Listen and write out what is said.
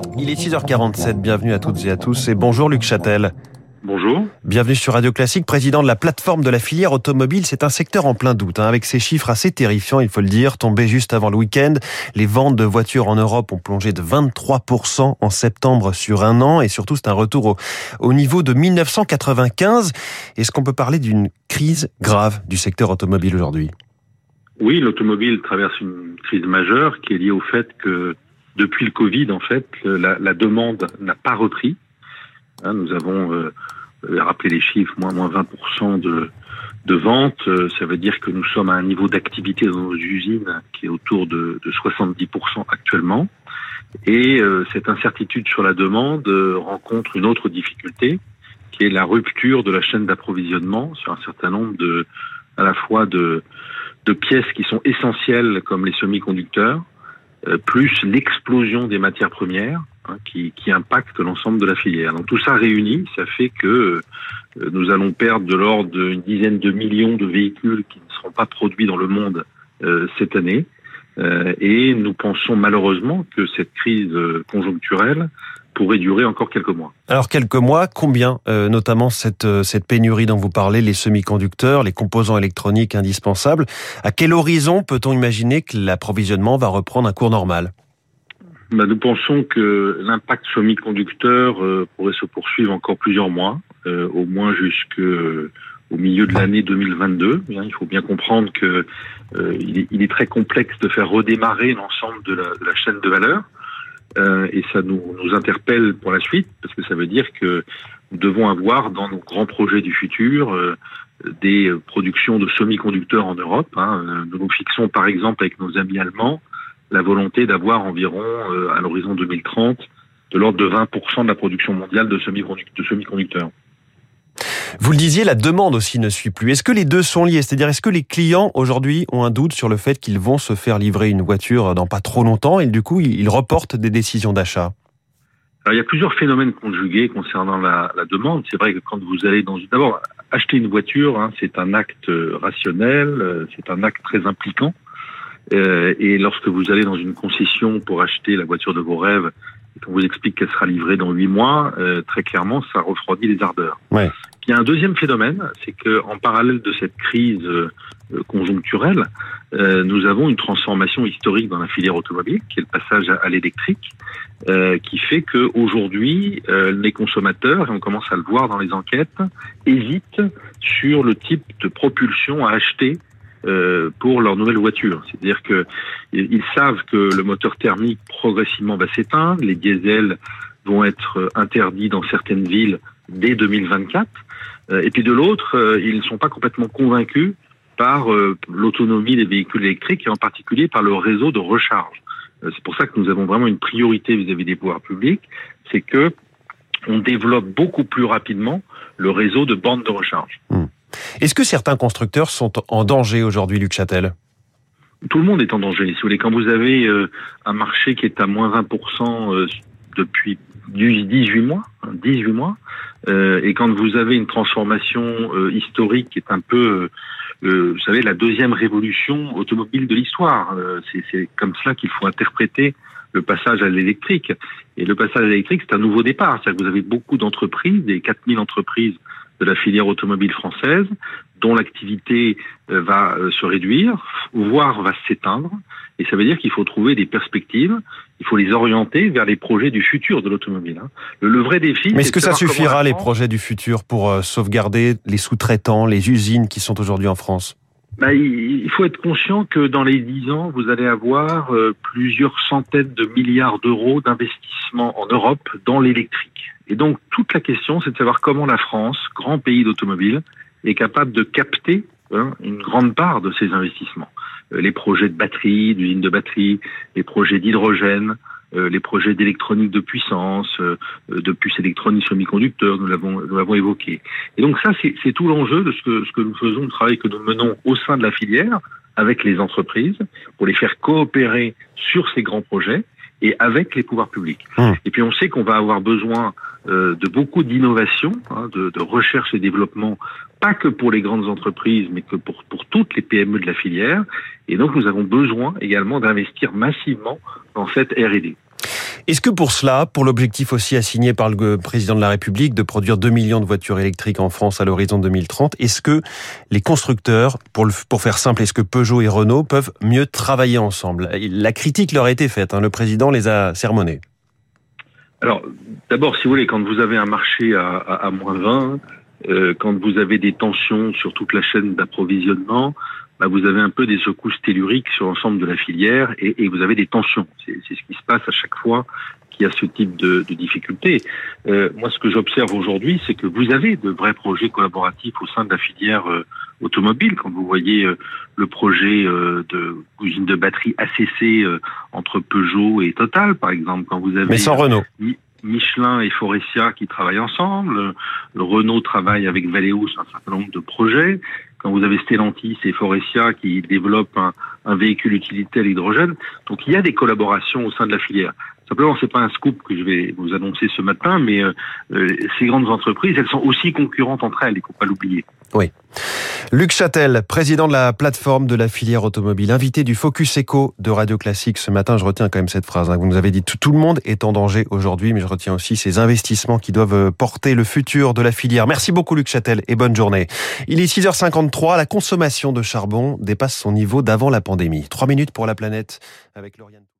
Il est 6h47, bienvenue à toutes et à tous et bonjour Luc Châtel. Bonjour. Bienvenue sur Radio Classique, président de la plateforme de la filière automobile. C'est un secteur en plein doute, avec ces chiffres assez terrifiants, il faut le dire, tombés juste avant le week-end. Les ventes de voitures en Europe ont plongé de 23% en septembre sur un an et surtout c'est un retour au niveau de 1995. Est-ce qu'on peut parler d'une crise grave du secteur automobile aujourd'hui ? Oui, l'automobile traverse une crise majeure qui est liée au fait que depuis le Covid, en fait, la demande n'a pas repris. Nous avons rappelé les chiffres, moins 20% de ventes. Ça veut dire que nous sommes à un niveau d'activité dans nos usines qui est autour de 70% actuellement. Et cette incertitude sur la demande rencontre une autre difficulté, qui est la rupture de la chaîne d'approvisionnement sur un certain nombre à la fois de pièces qui sont essentielles comme les semi-conducteurs, plus l'explosion des matières premières qui impacte l'ensemble de la filière. Donc tout ça réuni, ça fait que nous allons perdre de l'ordre d'une dizaine de millions de véhicules qui ne seront pas produits dans le monde cette année. Et nous pensons malheureusement que cette crise conjoncturelle pourrait durer encore quelques mois. Alors quelques mois, combien notamment cette pénurie dont vous parlez, les semi-conducteurs, les composants électroniques indispensables, à quel horizon peut-on imaginer que l'approvisionnement va reprendre un cours normal ? Nous pensons que l'impact semi-conducteur pourrait se poursuivre encore plusieurs mois, au moins jusqu'au milieu de l'année 2022. Il faut bien comprendre que il est très complexe de faire redémarrer l'ensemble de la chaîne de valeur. Et ça nous interpelle pour la suite, parce que ça veut dire que nous devons avoir dans nos grands projets du futur des productions de semi-conducteurs en Europe. Nous nous fixons par exemple avec nos amis allemands la volonté d'avoir environ, à l'horizon 2030, de l'ordre de 20% de la production mondiale de semi-conducteurs. Vous le disiez, la demande aussi ne suit plus. Est-ce que les deux sont liés ? C'est-à-dire, est-ce que les clients, aujourd'hui, ont un doute sur le fait qu'ils vont se faire livrer une voiture dans pas trop longtemps et du coup, ils reportent des décisions d'achat ? Alors, il y a plusieurs phénomènes conjugués concernant la demande. C'est vrai que quand vous allez d'abord, acheter une voiture, c'est un acte rationnel, c'est un acte très impliquant. Et lorsque vous allez dans une concession pour acheter la voiture de vos rêves, et qu'on vous explique qu'elle sera livrée dans 8 mois, très clairement, ça refroidit les ardeurs. Ouais. Il y a un deuxième phénomène, c'est que en parallèle de cette crise conjoncturelle, nous avons une transformation historique dans la filière automobile, qui est le passage à l'électrique, qui fait que aujourd'hui, les consommateurs, et on commence à le voir dans les enquêtes, hésitent sur le type de propulsion à acheter pour leur nouvelle voiture. C'est-à-dire que ils savent que le moteur thermique progressivement va s'éteindre, les diesels vont être interdits dans certaines villes dès 2024, et puis de l'autre, ils ne sont pas complètement convaincus par l'autonomie des véhicules électriques et en particulier par le réseau de recharge. C'est pour ça que nous avons vraiment une priorité vis-à-vis des pouvoirs publics, c'est que on développe beaucoup plus rapidement le réseau de bornes de recharge. Est-ce que certains constructeurs sont en danger aujourd'hui, Luc Châtel ? Tout le monde est en danger. Si vous voulez, quand vous avez un marché qui est à moins 20% depuis 18 mois, et quand vous avez une transformation historique qui est un peu, vous savez, la deuxième révolution automobile de l'histoire. C'est comme cela qu'il faut interpréter le passage à l'électrique. Et le passage à l'électrique, c'est un nouveau départ. C'est-à-dire que vous avez beaucoup d'entreprises, des 4000 entreprises de la filière automobile française, dont l'activité va se réduire, voire va s'éteindre. Et ça veut dire qu'il faut trouver des perspectives, il faut les orienter vers les projets du futur de l'automobile. Le vrai défi... Mais est-ce que ça suffira, les projets du futur, pour sauvegarder les sous-traitants, les usines qui sont aujourd'hui en France ? Il faut être conscient que dans les 10 ans, vous allez avoir plusieurs centaines de milliards d'euros d'investissement en Europe dans l'électrique. Et donc, toute la question, c'est de savoir comment la France, grand pays d'automobile, est capable de capter une grande part de ces investissements. Les projets de batterie, d'usines de batterie, les projets d'hydrogène, les projets d'électronique de puissance, de puces électroniques semi-conducteurs, nous l'avons évoqué. Et donc ça, c'est tout l'enjeu de ce que nous faisons, le travail que nous menons au sein de la filière, avec les entreprises, pour les faire coopérer sur ces grands projets et avec les pouvoirs publics. Et puis on sait qu'on va avoir besoin de beaucoup d'innovation, de recherche et développement, pas que pour les grandes entreprises, mais que pour toutes les PME de la filière. Et donc nous avons besoin également d'investir massivement dans cette R&D. Est-ce que pour cela, pour l'objectif aussi assigné par le président de la République de produire 2 millions de voitures électriques en France à l'horizon 2030, est-ce que les constructeurs, pour faire simple, est-ce que Peugeot et Renault peuvent mieux travailler ensemble? La critique leur a été faite, le président les a sermonnés. Alors, d'abord, si vous voulez, quand vous avez un marché à moins 20, quand vous avez des tensions sur toute la chaîne d'approvisionnement, vous avez un peu des secousses telluriques sur l'ensemble de la filière et vous avez des tensions. C'est ce qui se passe à chaque fois qu'il y a ce type de difficultés. Moi, ce que j'observe aujourd'hui, c'est que vous avez de vrais projets collaboratifs au sein de la filière automobile. Quand vous voyez le projet de usine de batterie ACC entre Peugeot et Total, par exemple, quand vous avez... Mais sans Renault. Michelin et Faurecia qui travaillent ensemble, le Renault travaille avec Valeo sur un certain nombre de projets. Quand vous avez Stellantis et Faurecia qui développent un véhicule utilitaire à l'hydrogène. Donc il y a des collaborations au sein de la filière. Simplement, c'est pas un scoop que je vais vous annoncer ce matin, mais ces grandes entreprises, elles sont aussi concurrentes entre elles, il faut pas l'oublier. Oui. Luc Châtel, président de la plateforme de la filière automobile, invité du Focus Eco de Radio Classique ce matin. Je retiens quand même cette phrase. Vous nous avez dit tout le monde est en danger aujourd'hui, mais je retiens aussi ces investissements qui doivent porter le futur de la filière. Merci beaucoup Luc Châtel et bonne journée. Il est 6h53. La consommation de charbon dépasse son niveau d'avant la pandémie. 3 minutes pour la planète avec Lauriane.